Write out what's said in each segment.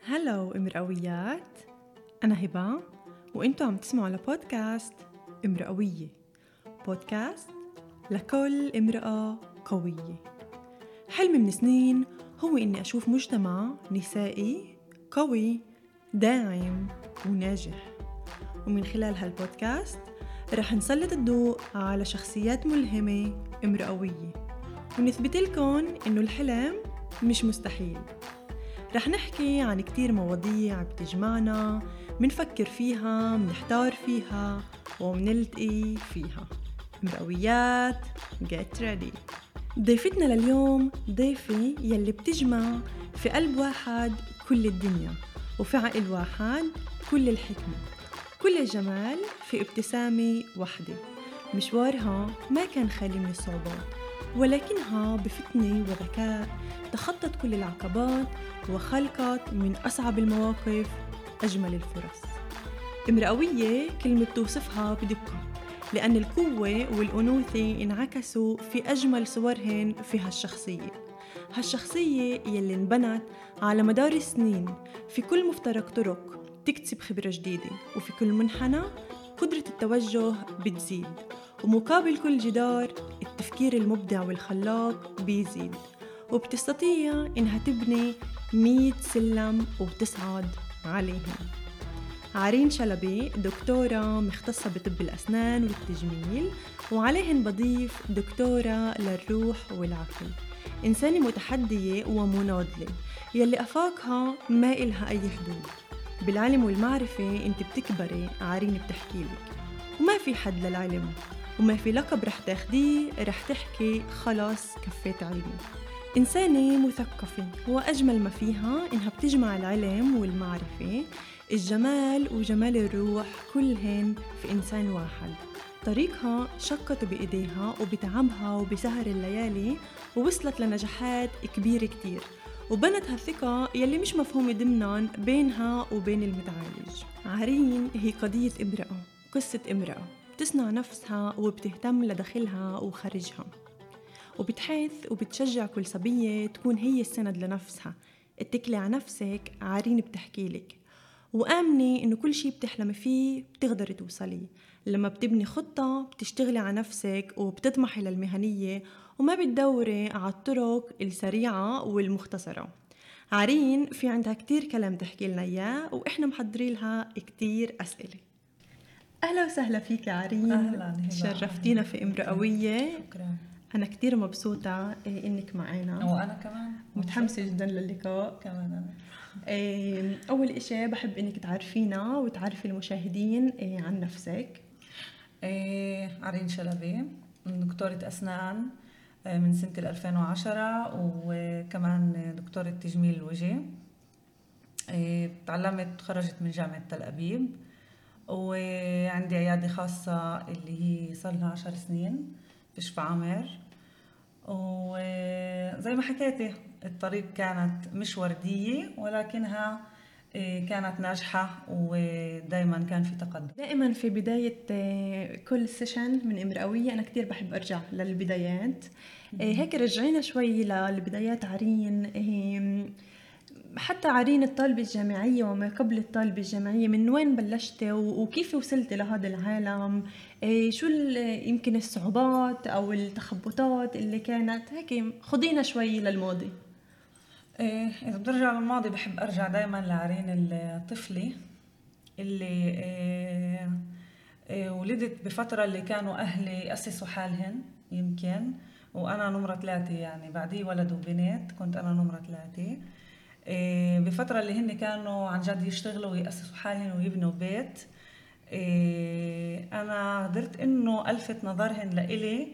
هلو امرأويات، أنا هبة وإنتوا عم تسمعوا لبودكاست امرأوية، بودكاست لكل امرأة قوية. حلمي من سنين هو إني أشوف مجتمع نسائي قوي داعم وناجح، ومن خلال هالبودكاست رح نسلط الضوء على شخصيات ملهمة امرأوية ونثبت لكم إنه الحلم مش مستحيل. رح نحكي عن كتير مواضيع بتجمعنا، منفكر فيها، منحتار فيها ومنلتقي فيها. امرأويات get ready. ضيفتنا لليوم ضيفة يلي بتجمع في قلب واحد كل الدنيا، وفي عقل واحد كل الحكمة، كل الجمال في ابتسامة واحدة. مشوارها ما كان خالي من الصعوبات، ولكنها بفتنة وذكاء تخطت كل العقبات وخلقت من أصعب المواقف أجمل الفرص. امرأوية كلمة توصفها بدقة، لأن القوة والأنوثة انعكسوا في أجمل صورهن في هالشخصية يلي انبنت على مدار السنين، في كل مفترق طرق تكتسب خبرة جديدة، وفي كل منحنى قدرة التوجه بتزيد، ومقابل كل جدار التفكير المبدع والخلاق بيزيد، وبتستطيع إنها تبني 100 سلم وتصعد عليهم. عرين شلبي دكتورة مختصة بطب الأسنان والتجميل، وعليهن بضيف دكتورة للروح والعقل، إنسانة متحدية ومناضلة يلي أفاقها ما إلها أي حدود. بالعلم والمعرفة أنت بتكبري، عرين بتحكيلك وما في حد للعلم، وما في لقب رح تاخديه رح تحكي خلاص كفيت علمي. إنسانة مثقفة، وأجمل ما فيها إنها بتجمع العلم والمعرفة، الجمال وجمال الروح كلهن في إنسان واحد. طريقها شقته بإيديها وبتعبها وبسهر الليالي، ووصلت لنجاحات كبيرة كتير، وبنت هالثقة يلي مش مفهومة ضمناً بينها وبين المتعالج. عرين هي قضية امرأة، قصة امرأة بتصنع نفسها وبتهتم لداخلها وخارجها، وبتحث وبتشجع كل صبية تكون هي السند لنفسها. اتكلي على نفسك، عرين بتحكيلك، وآمني إنه كل شي بتحلمي فيه بتقدري توصلي. لما بتبني خطة بتشتغلي على نفسك وبتطمحي للمهنية، وما بتدوري على الطرق السريعة والمختصرة. عرين في عندها كتير كلام تحكي لنا إياه، وإحنا محضرين لها كتير أسئلة. أهلا وسهلا فيك عرين. أهلا هبة. شرفتينا في امرأوية. شكرا. أنا كتير مبسوطة إنك معنا، وأنا كمان متحمسة جدا للقاء. كمان أنا. أول إشي بحب إنك تعرفينا وتعرفي المشاهدين عن نفسك. عرين شلبي، دكتورة أسنان من سنة 2010، وكمان دكتورة تجميل الوجه. تعلمت تخرجت من جامعة تل أبيب، وعندي عيادة خاصة اللي هي صار لها 10 سنين في شفا عامر. وزي ما حكيتي الطريق كانت مش وردية، ولكنها كانت ناجحة، ودايما كان في تقدم. دائما في بداية كل سيشن من امرأوية أنا كتير بحب أرجع للبدايات. هيك رجعينا شوي للبدايات عرين. حتى عرين الطالبة الجامعية وما قبل الطالبة الجامعية، من وين بلشتي وكيف وصلتي لهذا العالم؟ شو يمكن الصعوبات أو التخبطات اللي كانت هيك؟ خدينا شوي للماضي. إذا برجع للماضي بحب أرجع دايما لعرين الطفلة اللي ولدت بفترة اللي كانوا أهلي أسسوا حالهن يمكن، وأنا نمرة 3، يعني بعدي ولد وبنت، كنت أنا نمرة 3. بفترة اللي هن كانوا عن جد يشتغلوا ويأسسوا حالهن ويبنوا بيت. أنا قدرت إنه ألفت نظرهن لإلي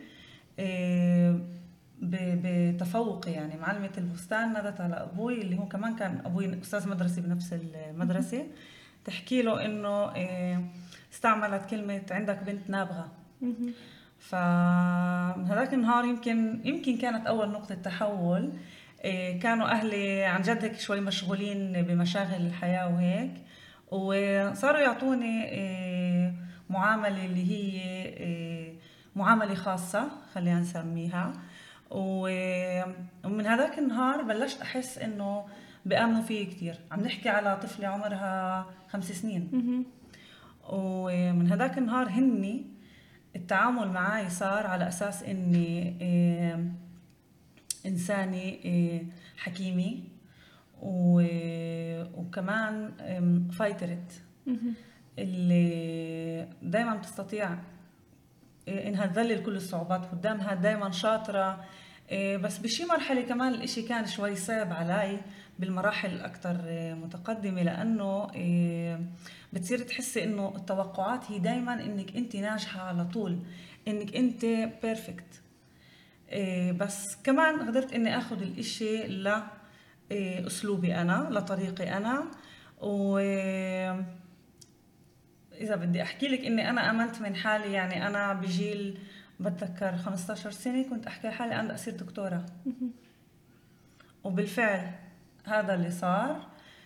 بتفوقي. يعني معلمة البستان نادت على أبوي اللي هو كمان كان أبوي أستاذ مدرسة بنفس المدرسة، تحكي له إنه استعملت كلمة عندك بنت نابغة. فهذاك النهار يمكن كانت أول نقطة تحول. كانوا أهلي عن جد هيك شوي مشغولين بمشاغل الحياة وهيك، وصاروا يعطوني معاملة اللي هي معاملة خاصة خلينا نسميها. ومن هذاك النهار بلشت أحس إنه بيآمنوا فيه كتير. عم نحكي على طفلة عمرها 5 سنين. ومن هداك النهار هني التعامل معي صار على أساس إني إنسانة حكيمة وكمان فايترت اللي دايما بتستطيع إنها تذلل كل الصعوبات قدامها، دايما شاطرة. بس بشي مرحلة كمان الإشي كان شوي صعب علي بالمراحل الأكثر متقدمة، لأنه بتصير تحسي إنه التوقعات هي دايما إنك أنت ناجحة على طول، إنك أنت بيرفكت. بس كمان قدرت إني أخذ الإشي لأسلوبي أنا، لطريقي أنا. وإذا بدي أحكي لك إني أنا آمنت من حالي، يعني أنا بجيل بتذكر 15 سنة كنت أحكي لحالي أنا بدي أصير دكتورة. وبالفعل هذا اللي صار.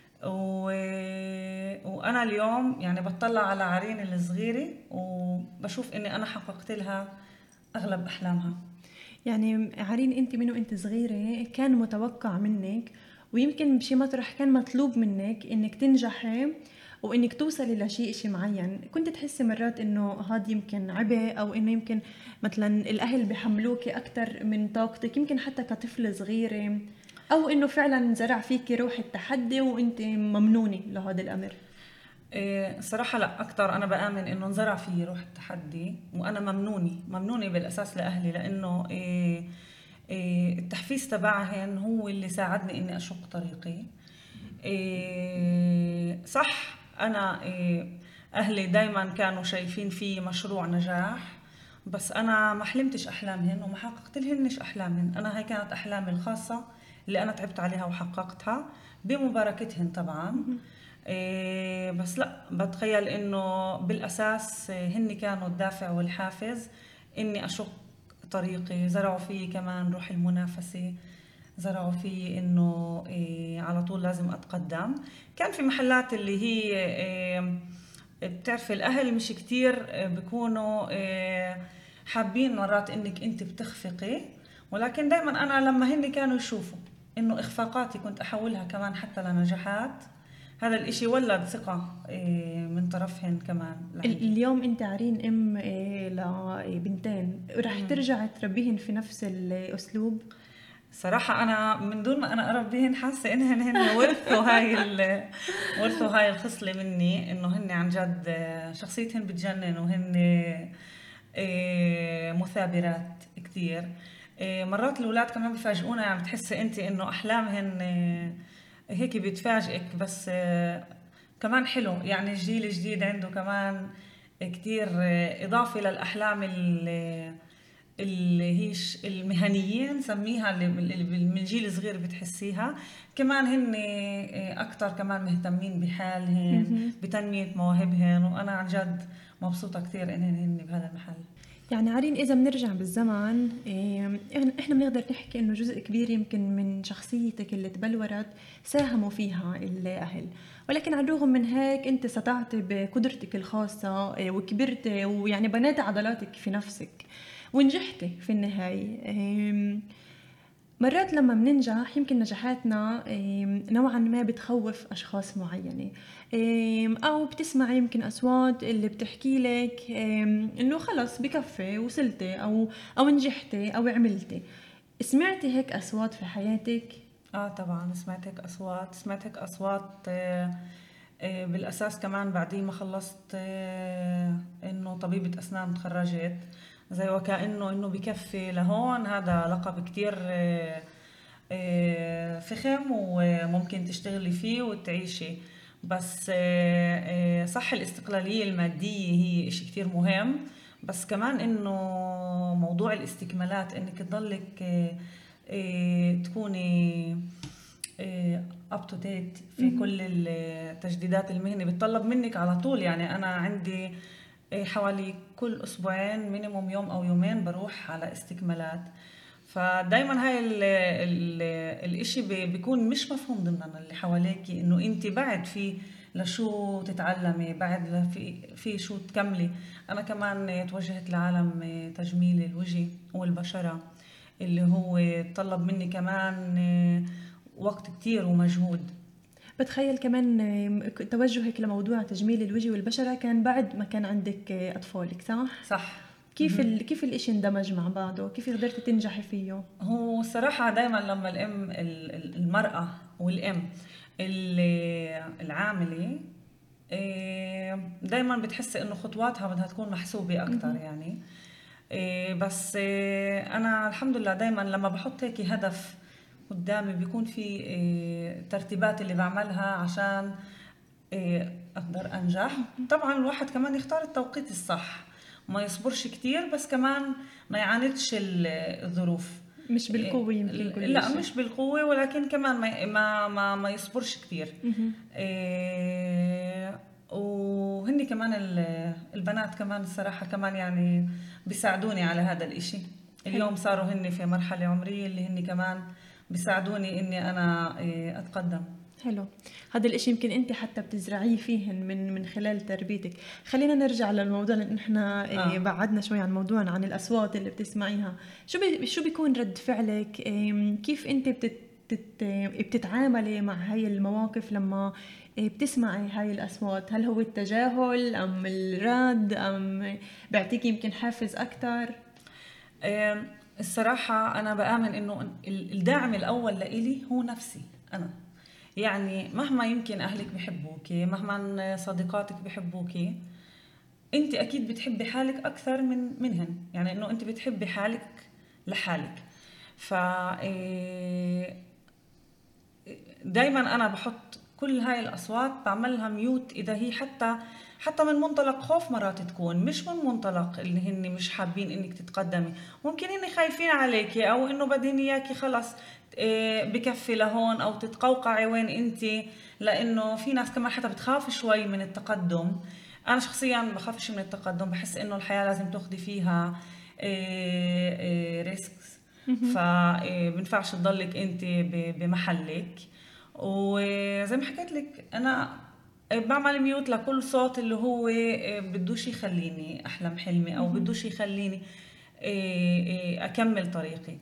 وأنا اليوم يعني بطلع على عريني الصغيرة وبشوف إني أنا حققت لها أغلب أحلامها. يعني عرين انت من وانت صغيرة كان متوقع منك، ويمكن بشي مطرح كان مطلوب منك انك تنجحي وانك توصلي لشيء معين. كنت تحسي مرات انه هذا يمكن عبء، او انه يمكن مثلا الاهل بيحملوك اكثر من طاقتك، يمكن حتى كطفلة صغيرة، او انه فعلا زرع فيك روح التحدي وانت ممنونة لهذا الامر؟ صراحة لا، أكتر أنا بآمن إنه انزرع فيه روح التحدي، وأنا ممنونة بالأساس لأهلي، لأنه التحفيز تبعهن هو اللي ساعدني إني أشق طريقي. صح، أنا أهلي دايما كانوا شايفين في مشروع نجاح، بس أنا ما حلمتش أحلامهن وما حققت لهنش أحلامهن. أنا هاي كانت أحلامي الخاصة اللي أنا تعبت عليها وحققتها بمباركتهن طبعا. بس لا، بتخيل انه بالاساس هن كانوا الدافع والحافز اني اشق طريقي. زرعوا فيه كمان روح المنافسة، زرعوا فيه انه على طول لازم اتقدم. كان في محلات اللي هي بتعرفي الاهل مش كتير بيكونوا حابين مرات انك انت بتخفقي، ولكن دايما انا لما هن كانوا يشوفوا انه اخفاقاتي كنت احولها كمان حتى لنجاحات، هذا الاشي ولد ثقة من طرفهن كمان لعندي. اليوم انت عرين ام لبنتين، رح ترجع تربيهن في نفس الاسلوب؟ صراحة أنا من دون ما أنا أربيهن حاسة إنهن ورثوا هاي الخصلة مني، إنه هن عن جد شخصيتهن بتجنن، وهن مثابرات كتير. مرات الأولاد كمان بفاجئونا، يعني بتحسي أنت إنه أحلامهن هيك بتفاجئك، بس كمان حلو. يعني الجيل الجديد عنده كمان كتير إضافة للأحلام اللي هي المهنيين نسميها، اللي من جيل صغير بتحسيها. كمان هن أكتر كمان مهتمين بحالهن، بتنمية مواهبهن، وأنا عن جد مبسوطة كتير إنهن بهذا المحل. يعني عرين إذا بنرجع بالزمن، إحنا بنقدر نحكي إنه جزء كبير يمكن من شخصيتك اللي تبلورت ساهموا فيها الأهل، ولكن على الرغم من هيك أنت استطعت بقدرتك الخاصة وكبرت، ويعني بنيت عضلاتك في نفسك ونجحت في النهاية. مرات لما بننجح يمكن نجاحاتنا نوعا ما بتخوف أشخاص معينة، أو بتسمع يمكن أصوات اللي بتحكي لك إنه خلص بكفي وصلتي، أو نجحتي أو عملتي. سمعتي هيك أصوات في حياتك؟ طبعا سمعت هيك أصوات بالأساس كمان بعدين ما خلصت إنه طبيبة أسنان تخرجت، زي وكأنه إنه بكفي لهون. هذا لقب كتير فخم وممكن تشتغلي فيه وتعيشي، بس صح الاستقلالية المادية هي إشي كتير مهم، بس كمان إنه موضوع الاستكمالات، إنك تضلك تكوني up to date في كل التجديدات المهنة بتطلب منك على طول. يعني أنا عندي حوالي كل أسبوعين مينيموم يوم أو يومين بروح على استكمالات. فدايما هاي الاشي بيكون مش مفهوم ضمن اللي حواليكي، انه انت بعد في لشو تتعلمي، بعد في شو تكملي. انا كمان توجهت لعالم تجميل الوجه والبشرة، اللي هو طلب مني كمان وقت كتير ومجهود. بتخيل كمان توجهك لموضوع تجميل الوجه والبشرة كان بعد ما كان عندك أطفالك، صح. كيف الإشي اندمج مع بعضه؟ كيف قدرتي تنجحي فيه؟ هو الصراحة دايما لما المرأة والأم العاملة دايما بتحس إنه خطواتها بدها تكون محسوبة أكتر يعني. بس أنا الحمد لله دايما لما بحط هيك هدف قدامي بيكون في ترتيبات اللي بعملها عشان أقدر أنجح. طبعا الواحد كمان يختار التوقيت الصح، ما يصبرش كتير، بس كمان ما يعاندش الظروف. مش بالقوة يمكن كل لا شيء. مش بالقوة، ولكن كمان ما يصبرش كتير. وهني كمان البنات كمان الصراحة كمان يعني بيساعدوني على هذا الاشي. اليوم صاروا هني في مرحلة عمرية اللي هني كمان بيساعدوني اني انا اتقدم. حلو. هذا الاشي يمكن انت حتى بتزرعيه فيهن من خلال تربيتك. خلينا نرجع للموضوع، لان احنا بعدنا شوي عن موضوعنا، عن الاصوات اللي بتسمعيها. شو بيكون رد فعلك؟ كيف انت بتتعاملي مع هاي المواقف لما بتسمعي هاي الأصوات؟ هل هو التجاهل أم الرد أم بيعطيك يمكن حافز أكتر؟ الصراحة أنا بآمن إنه الداعم الأول لإلي هو نفسي أنا. يعني مهما يمكن أهلك بحبوك، مهما صديقاتك بحبوك، أنت أكيد بتحبي حالك أكثر منهن. يعني إنه أنت بتحبي حالك لحالك. ف دايما أنا بحط كل هاي الأصوات بعملها ميوت إذا هي حتى من منطلق خوف مرات تكون، مش من منطلق اللي هن مش حابين إنك تتقدمي. ممكن إني خايفين عليكي أو إنه بدهن إياكي خلص بكفي لهون، أو تتقوقعي وين أنتي، لأنه في ناس كمان حتى بتخاف شوي من التقدم. أنا شخصياً بخافش من التقدم، بحس إنه الحياة لازم تاخدي فيها ريسكس، فبنفعش تضلك أنت بمحلك. وزي ما حكيت لك أنا بعمل ميوت لكل صوت اللي هو بدوش يخليني أحلم حلمي، أو بدوش يخليني أكمل طريقي.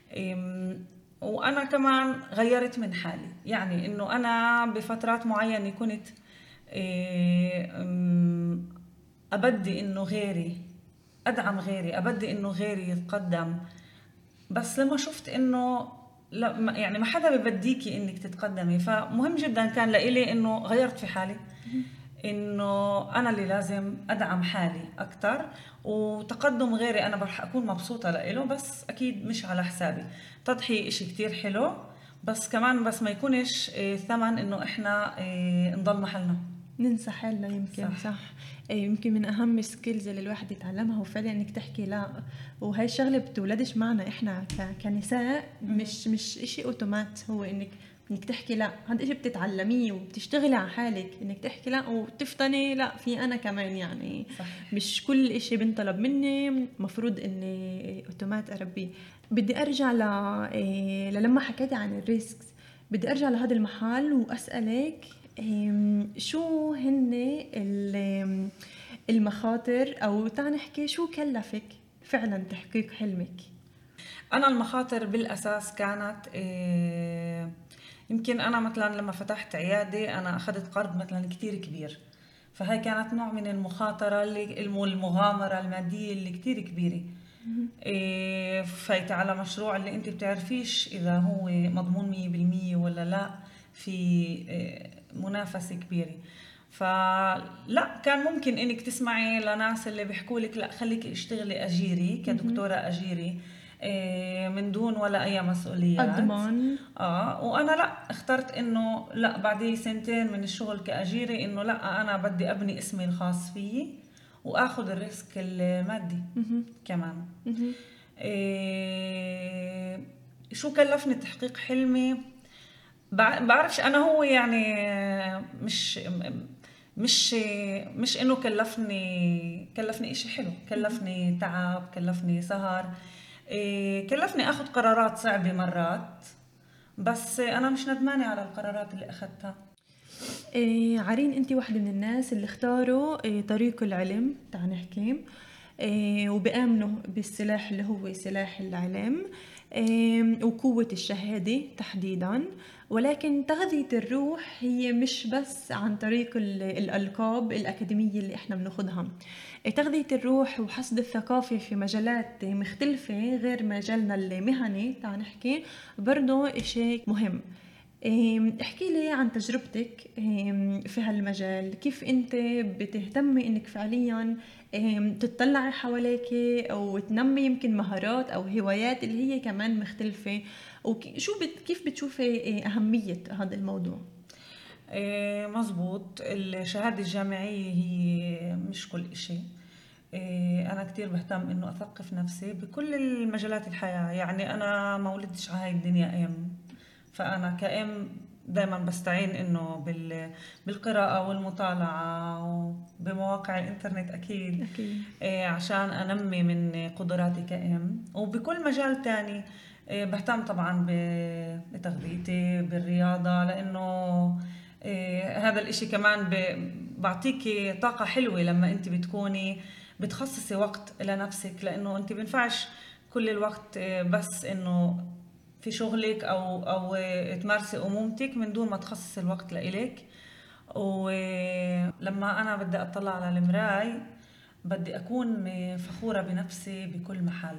وأنا كمان غيرت من حالي، يعني إنه أنا بفترات معينة كنت أبدي إنه غيري أدعم غيري، أبدي إنه غيري يتقدم. بس لما شفت إنه لا، يعني ما حدا ببديكي إنك تتقدمي، فمهم جدا كان لإلي إنه غيرت في حالي، إنه أنا اللي لازم أدعم حالي أكتر. وتقدم غيري أنا برح أكون مبسوطة لإله، بس أكيد مش على حسابي. تضحي إشي كتير حلو، بس كمان بس ما يكونش ثمن إنه إحنا نضل محلنا، ننسى حالنا يمكن. صح. يمكن من أهم السكيلز اللي الواحد يتعلمها هو فعلا إنك تحكي لا. وهي الشغلة بتولدش معنا إحنا كنساء، مش إشي أوتومات. هو إنك تحكي لا، هذا إشي بتتعلميه وبتشتغلي على حالك إنك تحكي لا، وتفطني لا في أنا كمان يعني. صح. مش كل إشي بنطلب مني مفروض إني أوتومات أربيه. بدي أرجع لما حكيتي عن الريسكس، بدي أرجع لهذا المحل وأسألك شو هن المخاطر، أو تعال نحكي شو كلفك فعلا تحقيق حلمك؟ أنا المخاطر بالأساس كانت يمكن أنا مثلا لما فتحت عيادة أنا أخذت قرض مثلا كتير كبير، فهي كانت نوع من المخاطرة المغامرة المادية اللي كتير كبيرة. فايت على مشروع اللي انت بتعرفيش إذا هو مضمون 100% ولا لا، في منافسة كبيرة. فلا كان ممكن انك تسمعي لناس اللي بيحكوا لك لا خليك اشتغلي أجيري كدكتورة أجيري من دون ولا أي مسؤوليات أضمن. وأنا لا اخترت إنه لا بعد سنتين من الشغل كأجيري إنه لا أنا بدي أبني اسمي الخاص فيي وأخذ الريسك المادي كمان. شو كلفني تحقيق حلمي؟ بعرفش أنا هو يعني مش إنه كلفني إشي حلو، كلفني تعب، كلفني سهر، كلفني أخذ قرارات صعبة مرات، بس أنا مش ندمانة على القرارات اللي أخذتها. عرين أنت واحدة من الناس اللي اختاروا طريق العلم، تعال نحكي، وبآمنوا بالسلاح اللي هو سلاح العلم. وقوة الشهادة تحديداً. ولكن تغذية الروح هي مش بس عن طريق الألقاب الأكاديمية اللي إحنا بناخدها. تغذية الروح وحصد الثقافة في مجالات مختلفة غير مجالنا المهني تعال نحكي برضو إشي مهم. احكي لي عن تجربتك في هالمجال، كيف انت بتهتمي انك فعليا تطلعي حواليك او تنمي يمكن مهارات او هوايات اللي هي كمان مختلفة، وشو كيف بتشوفي أهمية هذا الموضوع؟ مزبوط، الشهادة الجامعية هي مش كل إشي. أنا كتير بهتم إنه أثقف نفسي بكل المجالات الحياة. يعني أنا ما ولدتش على هاي الدنيا فأنا كأم دايما بستعين إنه بالقراءة والمطالعة وبمواقع الإنترنت أكيد. عشان أنمي من قدراتي كأم. وبكل مجال تاني بهتم طبعا بتغذيتي بالرياضة، لأنه هذا الإشي كمان بعطيكي طاقة حلوة لما أنت بتكوني بتخصصي وقت لنفسك، لأنه أنت بينفعش كل الوقت بس إنه في شغلك أو تمارسي أمومتك من دون ما تخصصي الوقت لإلك. ولما أنا بدي أطلع على المراي بدي أكون فخورة بنفسي بكل محل.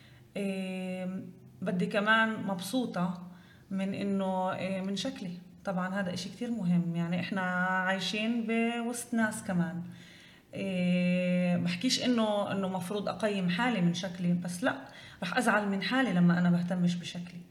بدي كمان مبسوطة من إنه من شكلي. طبعا هذا إشي كتير مهم. يعني إحنا عايشين بوسط ناس كمان. بحكيش إنه مفروض أقيم حالي من شكلي، بس لا، رح أزعل من حالي لما أنا بهتمش بشكلي.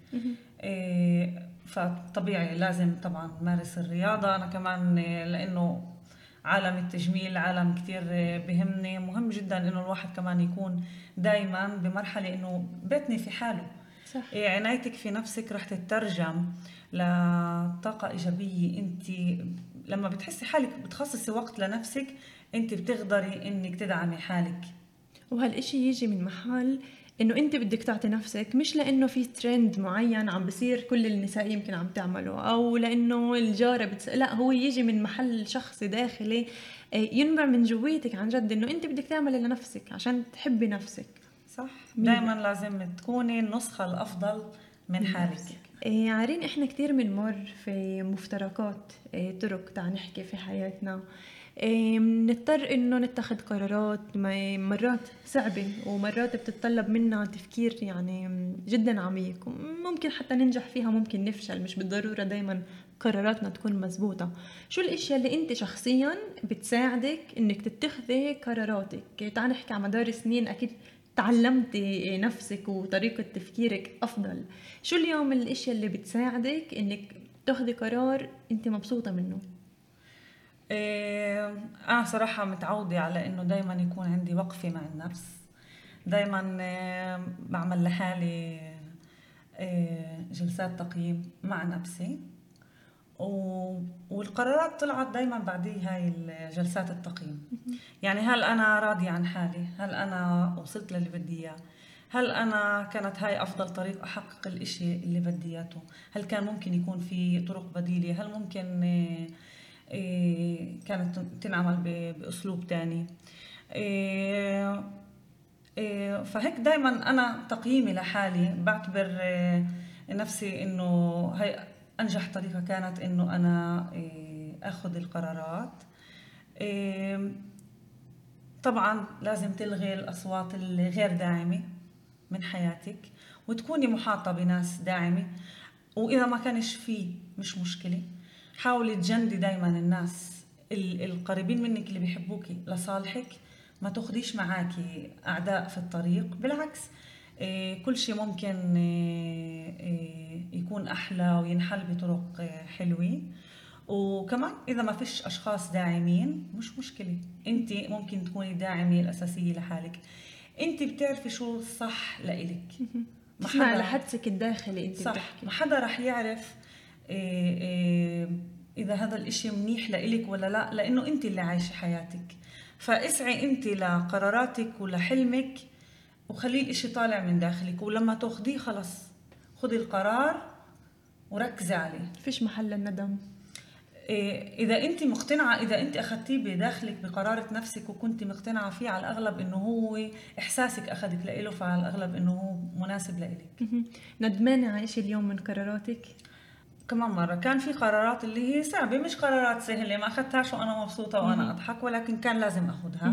فطبيعي لازم طبعا مارس الرياضة. أنا كمان لأنه عالم التجميل عالم كتير بهمني. مهم جدا إنه الواحد كمان يكون دايما بمرحلة إنه بيتني في حاله. صح. عنايتك في نفسك رح تترجم لطاقة إيجابية. أنت لما بتحسي حالك بتخصصي وقت لنفسك أنت بتقدري إنك تدعمي حالك. وهالإشي يجي من محل إنه أنت بدك تعطي نفسك، مش لأنه في ترند معين عم بصير كل النساء يمكن عم تعمله، أو لأنه الجارة لا، هو يجي من محل شخصي داخلي ينبع من جويتك عن جد، إنه أنت بدك تعملي لنفسك عشان تحبي نفسك. صح. دايما لازم تكوني النسخة الأفضل من حالك. عارين إحنا كتير بنمر في مفترقات طرق تعال نحكي في حياتنا. نضطر إنه نتخذ قرارات مرات صعبة ومرات بتتطلب منا تفكير يعني جدا عميق، ممكن حتى ننجح فيها ممكن نفشل، مش بالضرورة دايما قراراتنا تكون مزبوطة. شو الاشياء اللي انت شخصيا بتساعدك انك تتخذي قراراتك؟ تعال نحكي على مدار سنين اكيد تعلمتي نفسك وطريقة تفكيرك افضل. شو اليوم الاشياء اللي بتساعدك انك تاخذي قرار انت مبسوطة منه؟ أنا صراحة متعودة على إنه دايما يكون عندي وقفة مع النفس. دايما بعمل لحالي جلسات تقييم مع نفسي، والقرارات طلعت دايما بعدي هاي الجلسات التقييم. يعني هل أنا راضية عن حالي؟ هل أنا وصلت للي بدي إياه؟ هل أنا كانت هاي أفضل طريق أحقق الإشي اللي بدي إياه؟ هل كان ممكن يكون في طرق بديلة؟ هل ممكن كانت تنعمل بأسلوب تاني؟ فهيك دايما أنا تقييمي لحالي بعتبر نفسي إنه هاي أنجح طريقة كانت إنه أنا أخذ القرارات. طبعا لازم تلغي الأصوات الغير داعمة من حياتك وتكوني محاطة بناس داعمة. وإذا ما كانش فيه مش مشكلة، حاولي تجندي دايما الناس القريبين منك اللي بيحبوكي لصالحك. ما تاخديش معاكي أعداء في الطريق، بالعكس كل شيء ممكن يكون أحلى وينحل بطرق حلوة. وكمان إذا ما فيش أشخاص داعمين مش مشكلة، أنت ممكن تكوني داعمة الأساسية لحالك. أنت بتعرفي شو الصح لإلك، تسمع لحدسك الداخلي. أنت صح بتحكي. ما حدا رح يعرف إذا هذا الإشي منيح لإلك ولا لا، لأنه أنت اللي عايشة حياتك. فاسعي أنت لقراراتك ولحلمك وخلي الإشي طالع من داخلك، ولما تاخديه خلص خدي القرار وركزي عليه. فيش محل للندم. إذا أنت مقتنعة، إذا أنت أخذتيه بداخلك بقرارة نفسك وكنت مقتنعة فيه، على الأغلب إنه هو إحساسك أخذك لإله، فعلى الأغلب إنه هو مناسب لإلك. ندمانة على إشي اليوم من قراراتك؟ كمان مرة كان في قرارات اللي هي صعبة، مش قرارات سهلة، ما أخذتهاش وأنا مبسوطة وأنا أضحك، ولكن كان لازم أخذها.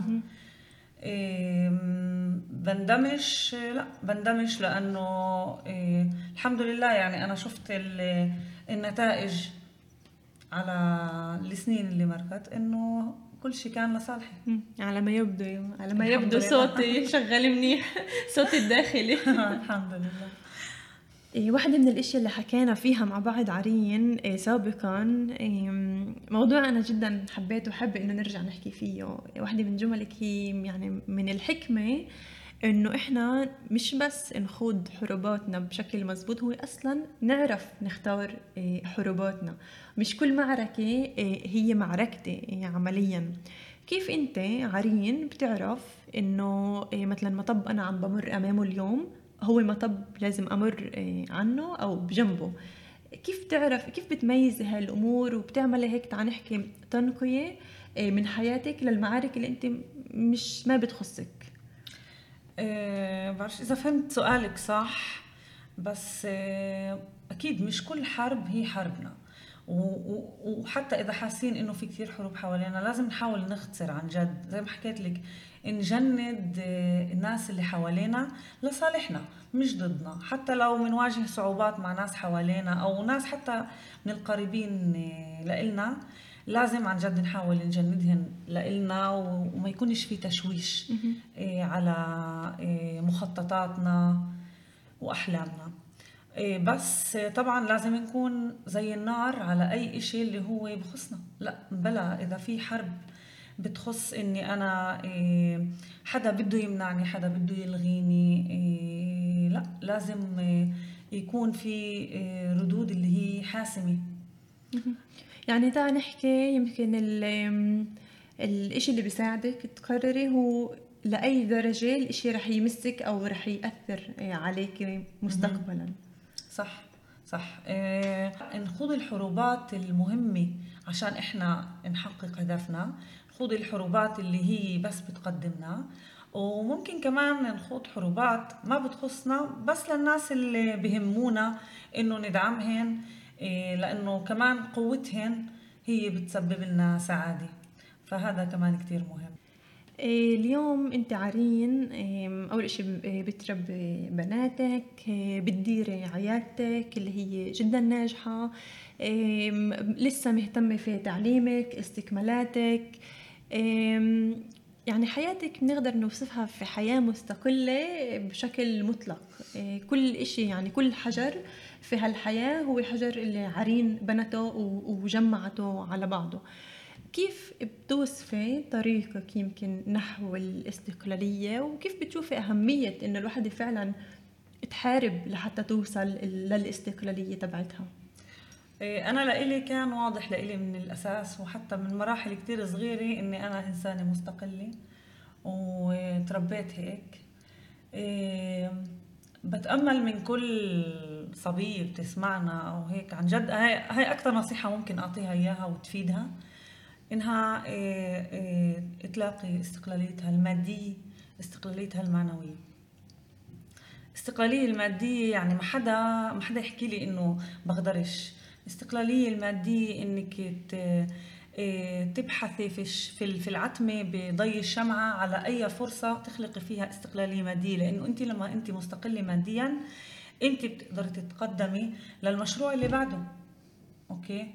بندمش؟ لا بندمش، لأنه الحمد لله يعني أنا شفت النتائج على السنين اللي مرقت، إنه كل شيء كان لصالحي. على ما يبدو الحمد لله. صوتي شغال منيح، صوتي الداخلي. الحمد لله. واحدة من الاشياء اللي حكينا فيها مع بعض عارين سابقا، موضوع انا جدا حبيته وحابة انه نرجع نحكي فيه. واحدة من جملك هي يعني من الحكمة انه احنا مش بس نخوض حروباتنا بشكل مزبوط، هو اصلا نعرف نختار حروباتنا. مش كل معركة هي معركتي عمليا. كيف انت عارين بتعرف انه مثلا مطب انا عم بمر امامه اليوم هو مطب لازم امر عنه او بجنبه؟ كيف تعرف، كيف بتميز هالامور وبتعملي هيك؟ تعال نحكي تنقية من حياتك للمعارك اللي انت مش ما بتخصك. بعرفش إذا فهمت سؤالك صح، بس أكيد مش كل حرب هي حربنا، وحتى إذا حاسين إنه في كتير حروب حوالينا لازم نحاول نختصر عن جد، زي ما حكيت لك، نجند الناس اللي حوالينا لصالحنا مش ضدنا. حتى لو منواجه صعوبات مع ناس حوالينا أو ناس حتى من القريبين لإلنا، لازم عن جد نحاول نجندهن لإلنا، وما يكونش في تشويش على مخططاتنا وأحلامنا. بس طبعا لازم نكون زي النار على أي إشي اللي هو بخصنا. لا بلا، إذا في حرب بتخص إني أنا حدا بده يمنعني، حدا بده يلغيني، لا لازم يكون في ردود اللي هي حاسمة. يعني تعال نحكي، يمكن الاشي اللي بيساعدك تقرري هو لأي درجة الاشي رح يمسك أو رح يأثر عليك مستقبلا. صح صح. نخوض الحروبات المهمة عشان إحنا نحقق هدفنا، نخوض الحروبات اللي هي بس بتقدمنا، وممكن كمان نخوض حروبات ما بتخصنا بس للناس اللي بهمونا إنه ندعمهن، لأنه كمان قوتهن هي بتسبب لنا سعادة، فهذا كمان كتير مهم. اليوم انت عارين اول اشي بتربي بناتك، بتديري عيادتك اللي هي جدا ناجحة، لسه مهتمة في تعليمك، استكمالاتك، يعني حياتك بنقدر نوصفها في حياة مستقلة بشكل مطلق. كل اشي يعني كل حجر في هالحياة هو حجر اللي عارين بنته وجمعته على بعضه. كيف بتوصفي طريقك يمكن نحو الاستقلالية، وكيف بتشوفي أهمية إنه الواحد فعلا تحارب لحتى توصل للاستقلالية تبعتها؟ أنا لإلي كان واضح لإلي من الأساس، وحتى من مراحل كتير صغيرة، إني أنا إنسانة مستقلة وتربيت هيك. بتأمل من كل صبية بتسمعنا أو هيك، عن جد هاي أكتر نصيحة ممكن أعطيها إياها وتفيدها، إنها تلاقي استقلاليتها المادية، استقلاليتها المعنوية. الاستقلالية المادية يعني ما حدا يحكي لي إنه بقدرش. الاستقلالية المادية إنك تبحثي في العتمة بضي الشمعة على أي فرصة تخلقي فيها استقلالية مادية، لأنه أنت لما أنت مستقلة ماديا أنت بتقدري تتقدمي للمشروع اللي بعده. أوكي.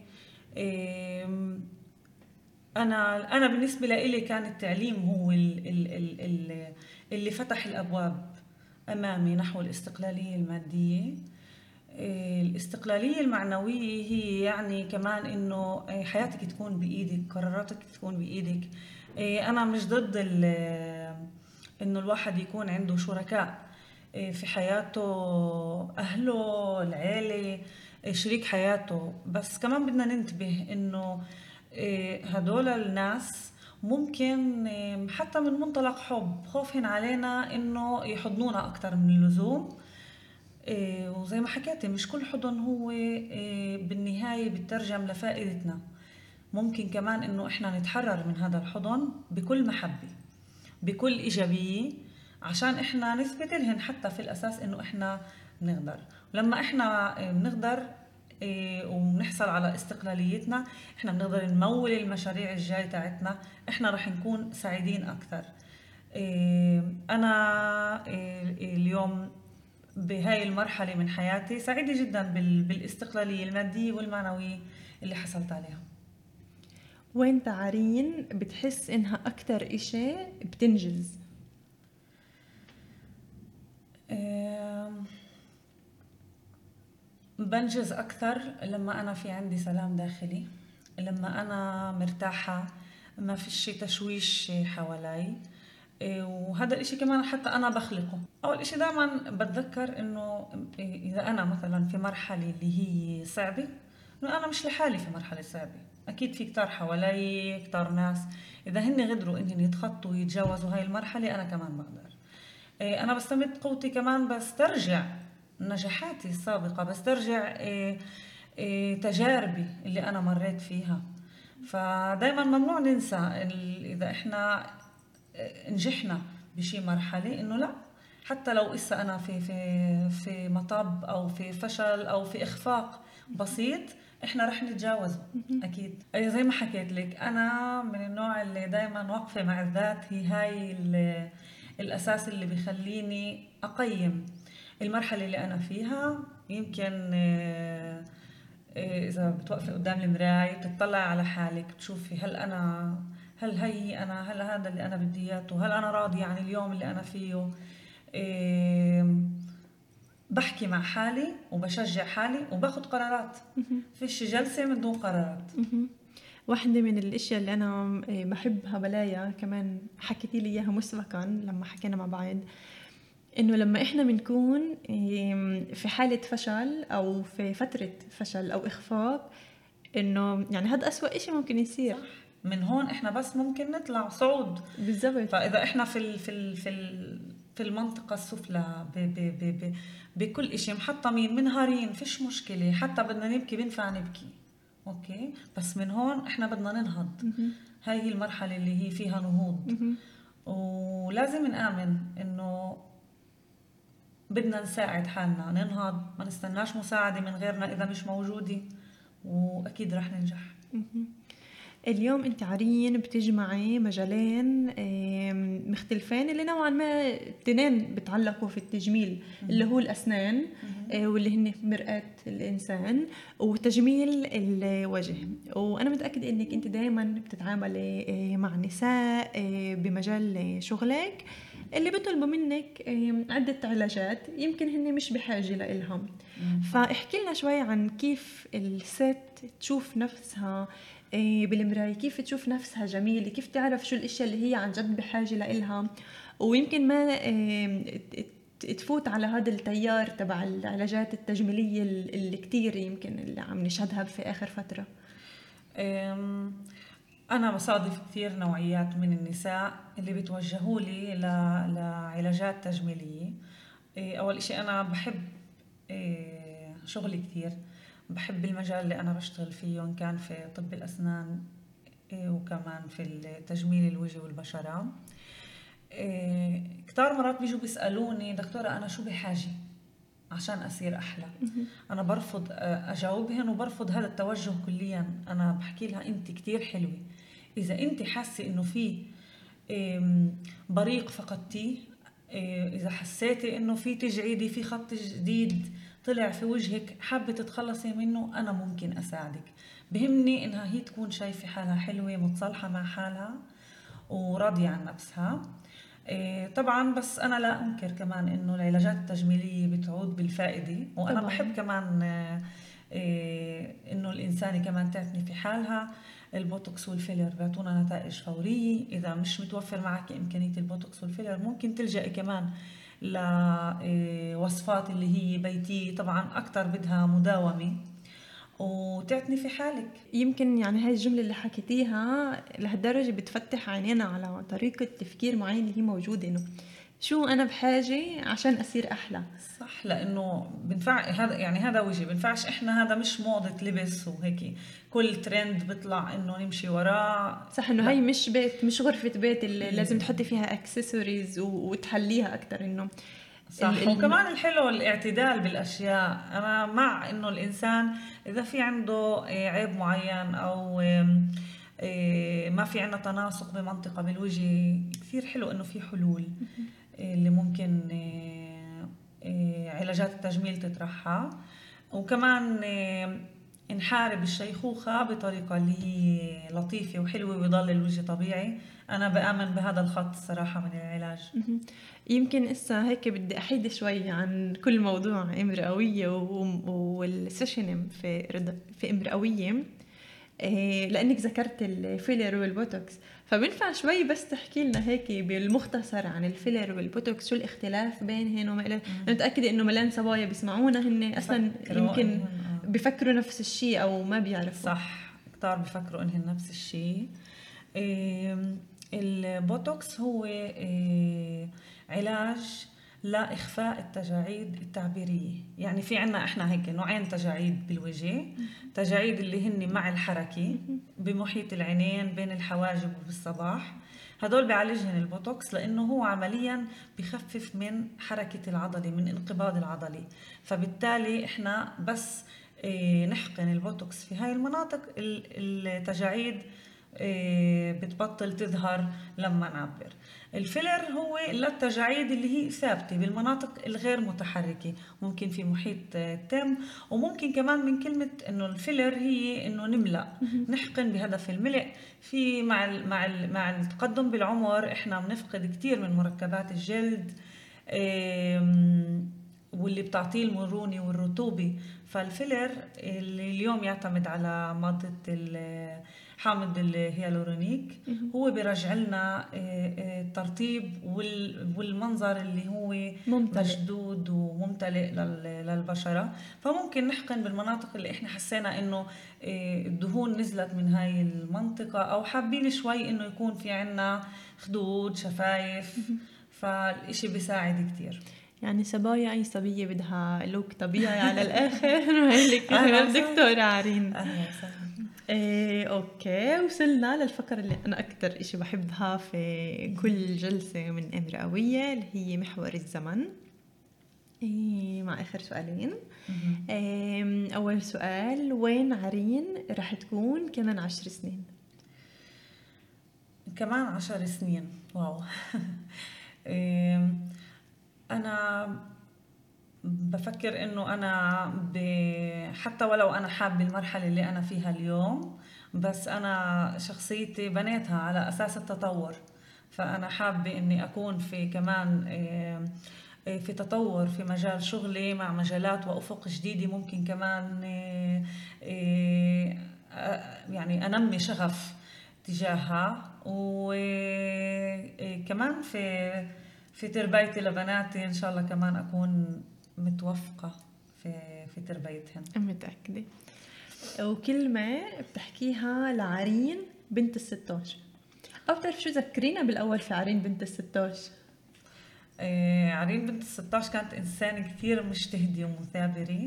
أنا بالنسبة لي كان التعليم هو اللي فتح الأبواب أمامي نحو الاستقلالية المادية. الاستقلالية المعنوية هي يعني كمان إنه حياتك تكون بإيدك، قراراتك تكون بإيدك. أنا مش ضد إنه الواحد يكون عنده شركاء في حياته، أهله، العيلة، شريك حياته، بس كمان بدنا ننتبه إنه هدول الناس ممكن حتى من منطلق حب خوفهن علينا إنه يحضنونا أكتر من اللزوم. وزي ما حكيتي مش كل حضن هو بالنهاية بترجم لفائدتنا، ممكن كمان إنه إحنا نتحرر من هذا الحضن بكل محبة، بكل إيجابية، عشان إحنا نثبت لهن حتى في الأساس إنه إحنا بنقدر. ولما إحنا بنقدر وبنحصل على استقلاليتنا، إحنا بنقدر نمول المشاريع الجاي تاعتنا، إحنا رح نكون سعيدين أكثر. أنا اليوم بهاي المرحلة من حياتي سعيدة جدا بالاستقلالية المادية والمعنوية اللي حصلت عليها. وين تعرين بتحس إنها أكتر إشي بتنجز؟ بنجز أكثر لما أنا في عندي سلام داخلي، لما أنا مرتاحة، ما فيش تشويش حوالي. وهذا الإشي كمان حتى أنا بخلقه. أول إشي دائما بتذكر إنه إذا أنا مثلا في مرحلة اللي هي صعبة، إنه أنا مش لحالي في مرحلة صعبة، أكيد في كتار حوالي، كتار ناس إذا هن قدروا إنهم يتخطوا ويتجاوزوا هاي المرحلة أنا كمان بقدر. أنا بستمد قوتي كمان، بسترجع نجاحاتي السابقة، بسترجع تجاربي اللي أنا مريت فيها. فدايما ممنوع ننسى إذا إحنا نجحنا بشي مرحلة، إنه لا، حتى لو إسا أنا في مطب أو في فشل أو في إخفاق بسيط، إحنا رح نتجاوزه أكيد. زي ما حكيت لك، أنا من النوع اللي دايما واقفة مع الذات، هاي الأساس اللي بيخليني أقيم المرحلة اللي أنا فيها. يمكن إذا بتوقفي قدام المراية بتطلع على حالك، بتشوفي هل هي أنا، هل هذا اللي أنا بدي إياه، هل أنا راضية عن اليوم اللي أنا فيه. بحكي مع حالي وبشجع حالي وباخد قرارات. فيش جلسة من دون قرارات. واحدة من الاشياء اللي انا بحبها بلايا كمان حكيتي لي اياها مسبقا لما حكينا مع بعض، انه لما احنا بنكون في حالة فشل او في فترة فشل او اخفاق، انه يعني هذا اسوأ اشي ممكن يصير. صح. من هون احنا بس ممكن نطلع صعود. بالضبط. فاذا احنا في المنطقة السفلى بكل اشي محطمين منهارين، فيش مشكلة، حتى بدنا نبكي بنفع نبكي، اوكي، بس من هون احنا بدنا ننهض. هاي هي المرحلة اللي هي فيها نهوض. ولازم نآمن انه بدنا نساعد حالنا ننهض، ما نستناش مساعدة من غيرنا إذا مش موجودة، وأكيد رح ننجح. اليوم انت عارين بتجمعي مجالين مختلفين اللي نوعا ما اثنين بتعلقوا في التجميل، اللي هو الأسنان واللي هن مرآة الإنسان، وتجميل الوجه. وأنا متأكدة إنك انت دايما بتتعاملي مع نساء بمجال شغلك اللي بيطلبوا منك عدة علاجات يمكن هن مش بحاجة لإلهم. فاحكي لنا شوي عن كيف الست تشوف نفسها بالمراية، كيف تشوف نفسها جميلة، كيف تعرف شو الاشياء اللي هي عن جد بحاجة لإلها، ويمكن ما تفوت على هذا التيار تبع العلاجات التجميلية اللي كتير يمكن اللي عم نشهدها في آخر فترة. أنا بصادف كثير نوعيات من النساء اللي بتوجهوا لي لعلاجات تجميلية. أول إشي أنا بحب شغلي كثير، بحب المجال اللي أنا بشتغل فيه، إن كان في طب الأسنان وكمان في التجميل الوجه والبشرة. كتار مرات بيجوا بيسألوني دكتورة أنا شو بحاجة عشان أصير أحلى. أنا برفض أجاوبهن وبرفض هذا التوجه كليا. أنا بحكي لها أنت كتير حلوة، إذا أنت حاسة إنه في بريق فقدتيه، إذا حسيتي إنه في تجعيدي، في خط جديد طلع في وجهك حابة تتخلصي منه، أنا ممكن أساعدك. بهمني إنها هي تكون شايفة حالها حلوة، متصالحة مع حالها وراضية عن نفسها. طبعا بس أنا لا أنكر كمان إنه العلاجات التجميلية بتعود بالفائدة، وأنا طبعاً. بحب كمان إنه الإنسان كمان تعتني في حالها. البوتوكس والفيلر بيعطونا نتائج فورية. إذا مش متوفر معك إمكانية البوتوكس والفيلر ممكن تلجأي كمان لوصفات اللي هي بيتية، طبعا أكتر بدها مداومة، وتعتني في حالك. يمكن يعني هاي الجملة اللي حكيتيها لهالدرجة بتفتح عينينا على طريقة تفكير معين اللي هي موجودة، إنه شو أنا بحاجة عشان أصير أحلى. صح، لانه بنفع هذا، يعني هذا وجه بنفعش احنا، هذا مش موضة لبس وهيك كل ترند بيطلع انه نمشي وراه. صح إنه لا. هاي مش بيت، مش غرفة بيت اللي لازم تحطي فيها أكسسوارز وتحليها أكتر. إنه صح. وكمان الحلو الاعتدال بالاشياء. انا مع انه الانسان اذا في عنده عيب معين او ما في عنا تناسق بمنطقة بالوجه، كثير حلو انه في حلول اللي ممكن علاجات التجميل تطرحها. وكمان نحارب الشيخوخة بطريقة اللي هي لطيفة وحلوة ويضل الوجه طبيعي. أنا بآمن بهذا الخط الصراحة من العلاج. يمكن إسا هيك بدي أحيد شوي عن كل موضوع امرأوية والسيشن في امرأوية، لأنك ذكرت الفيلر والبوتوكس، فبنفع شوي بس تحكي لنا هيك بالمختصر عن الفيلر والبوتوكس، شو الاختلاف بينهن أنا متأكدة إنه ملان صبايا بيسمعونا هن أصلا يمكن بيفكروا نفس الشيء أو ما بيعرفوا. صح، كتار بيفكروا إنهن نفس الشيء. البوتوكس هو علاج لإخفاء التجاعيد التعبيرية. يعني في عنا إحنا هيك نوعين تجاعيد بالوجه، تجاعيد اللي هن مع الحركة بمحيط العينين بين الحواجب وبالصباح، هدول بيعالجهن البوتوكس لأنه هو عمليا بخفف من حركة العضلة، من انقباض العضلي. فبالتالي إحنا بس نحقن البوتوكس في هاي المناطق، التجاعيد بتبطل تظهر لما نعبر. الفيلر هو للتجاعيد اللي هي ثابتة بالمناطق الغير متحركة، ممكن في محيط التم، وممكن كمان من كلمة انه الفيلر هي انه نملأ، نحقن بهدف الملء. في مع التقدم بالعمر احنا بنفقد كتير من مركبات الجلد واللي بتعطيه المرونة والرطوبة. فالفيلر اللي اليوم يعتمد على مادة حامض الهيالورونيك هو بيرجع لنا الترطيب والمنظر اللي هو ممتلئ، مشدود وممتلئ للبشرة. فممكن نحقن بالمناطق اللي احنا حسينا انه الدهون نزلت من هاي المنطقة، او حابين شوي انه يكون في عنا خدود شفايف، فالاشي بيساعد كتير. يعني صبايا أي صبية بدها لوك طبيعي على الآخر وهيك دكتورة عرين. أهلا وسهلا. أوكي، وصلنا للفقرة اللي أنا أكتر إشي بحبها في كل جلسة من امرأوية، اللي هي محور الزمن. مع آخر سؤالين. أول سؤال، وين عرين رح تكون كمان 10 سنين؟ كمان 10 سنين، واو. أنا بفكر إنه أنا حتى ولو أنا حابة المرحلة اللي أنا فيها اليوم، بس أنا شخصيتي بنيتها على أساس التطور. فأنا حابة إني أكون في كمان في تطور في مجال شغلي، مع مجالات وأفق جديدة ممكن كمان يعني أنمي شغف تجاهها. وكمان في تربيتي لبناتي إن شاء الله كمان أكون متوفقة في تربيتهن. متأكدة. وكلمة بتحكيها لعرين بنت 16، أو بتعرف شو ذكرينا بالأول في عرين بنت 16؟ عرين بنت 16 كانت إنسانة كثير مجتهدة ومثابرة،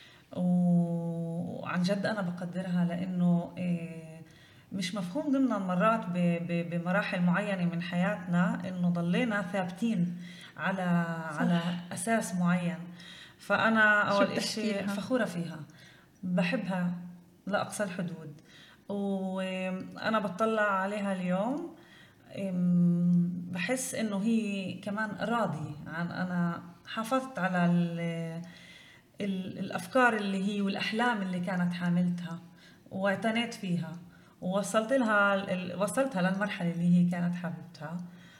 وعن جد أنا بقدرها، لأنه مش مفهوم ضمن المرات بمراحل معينة من حياتنا إنه ضلينا ثابتين على أساس معين. فأنا أول إشي فخورة فيها، بحبها لأقصى الحدود، وأنا بطلع عليها اليوم بحس إنه هي كمان راضية عن أنا حافظت على الأفكار اللي هي والأحلام اللي كانت حاملتها واعتنيت فيها، وصلتها للمرحلة اللي هي كانت حاببتها،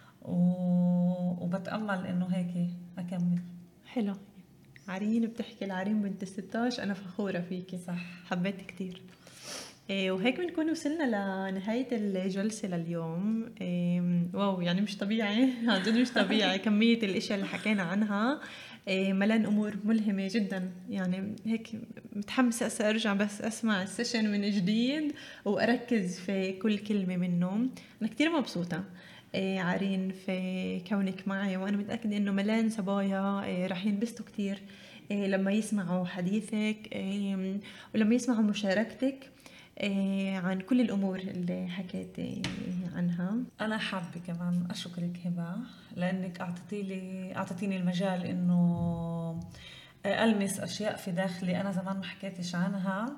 وبتأمل إنه هيك أكمل. حلو. عرين بتحكي العرين بنت 16، أنا فخورة فيكي. صح، حبيت كتير. وهيك بنكون وصلنا لنهاية الجلسة لليوم. واو، يعني مش طبيعي، عن جد مش طبيعي كمية الاشياء اللي حكينا عنها. ملان أمور ملهمة جدا، يعني هيك متحمسة أرجع بس أسمع السيشن من جديد وأركز في كل كلمة منه. أنا كتير مبسوطة. عارين في كونك معي، وأنا متأكدة إنه ملان صبايا رح ينبسطوا كتير لما يسمعوا حديثك ولما يسمعوا مشاركتك عن كل الأمور اللي حكيت عنها. أنا حابة كمان أشكرك هبة لأنك أعطيتيني المجال إنه ألمس أشياء في داخلي أنا زمان ما حكيتش عنها.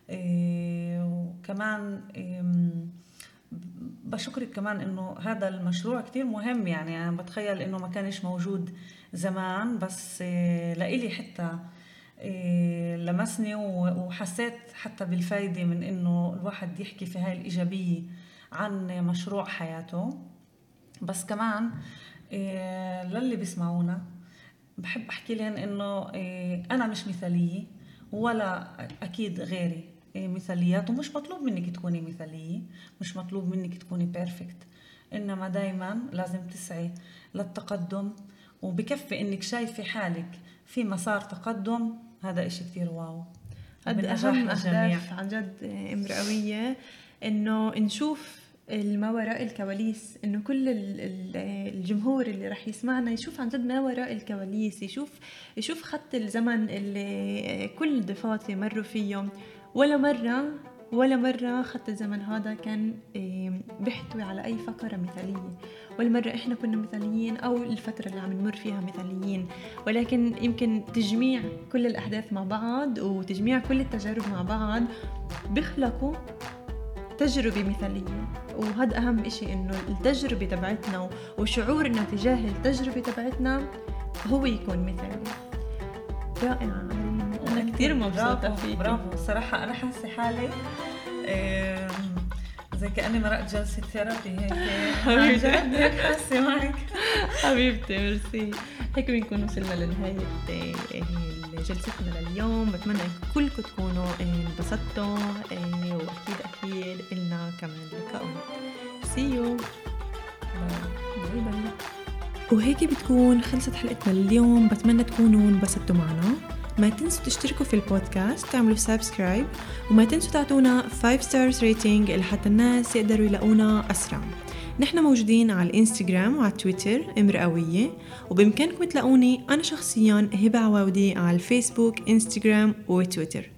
وكمان بشكرك كمان إنه هذا المشروع كتير مهم. يعني أنا بتخيل إنه ما كانش موجود زمان، بس لإلي حتى لمسني وحسيت حتى بالفايدة من إنه الواحد يحكي في هاي الإيجابية عن مشروع حياته. بس كمان للي بيسمعونا بحب أحكي لهم إنه أنا مش مثالية ولا أكيد غيري مثاليات، ومش مطلوب منك تكوني مثالية، مش مطلوب منك تكوني بيرفكت، إنما دايما لازم تسعي للتقدم، وبكفي إنك شايفة حالك في مسار تقدم. هذا إشي كتير واو. هذا أهم أهداف عن جد امرأوية، إنه نشوف ما وراء الكواليس، إنه كل الجمهور اللي رح يسمعنا يشوف عن جد ما وراء الكواليس، يشوف خط الزمن اللي كل ضيفاتي مروا فيه. ولا مرة خط الزمن هذا كان بيحتوي على أي فقرة مثالية، ولا مرة إحنا كنا مثاليين أو الفترة اللي عم نمر فيها مثاليين، ولكن يمكن تجميع كل الأحداث مع بعض وتجميع كل التجارب مع بعض بيخلقوا تجربة مثالية. وهذا أهم إشي، إنه التجربة تبعتنا وشعورنا تجاه التجربة تبعتنا هو يكون مثالي. رائعة، أنا كتير مبسوطة فيك. برافو صراحة. أنا حاسة حالي زي كأني مرقت جلسة ثيرابي هيك. حبيبتي هيك حاسة معك. حبيبتي ميرسي. هيك بنكون وصلنا لنهاية جلستنا لليوم. بتمنى كلكم تكونوا انبسطتوا، وأكيد إلنا كمان لقاء. See you. باي باي. وهيك بتكون خلصت حلقتنا اليوم. بتمنى تكونوا انبسطتوا معنا. ما تنسوا تشتركوا في البودكاست، تعملوا سبسكرايب، وما تنسوا تعطونا 5 stars rating لحتى الناس يقدروا يلاقونا أسرع. نحن موجودين على الانستغرام وعلى تويتر امرأوية، وبإمكانكم تلاقوني أنا شخصياً هبة عواودي على الفيسبوك، انستغرام وتويتر.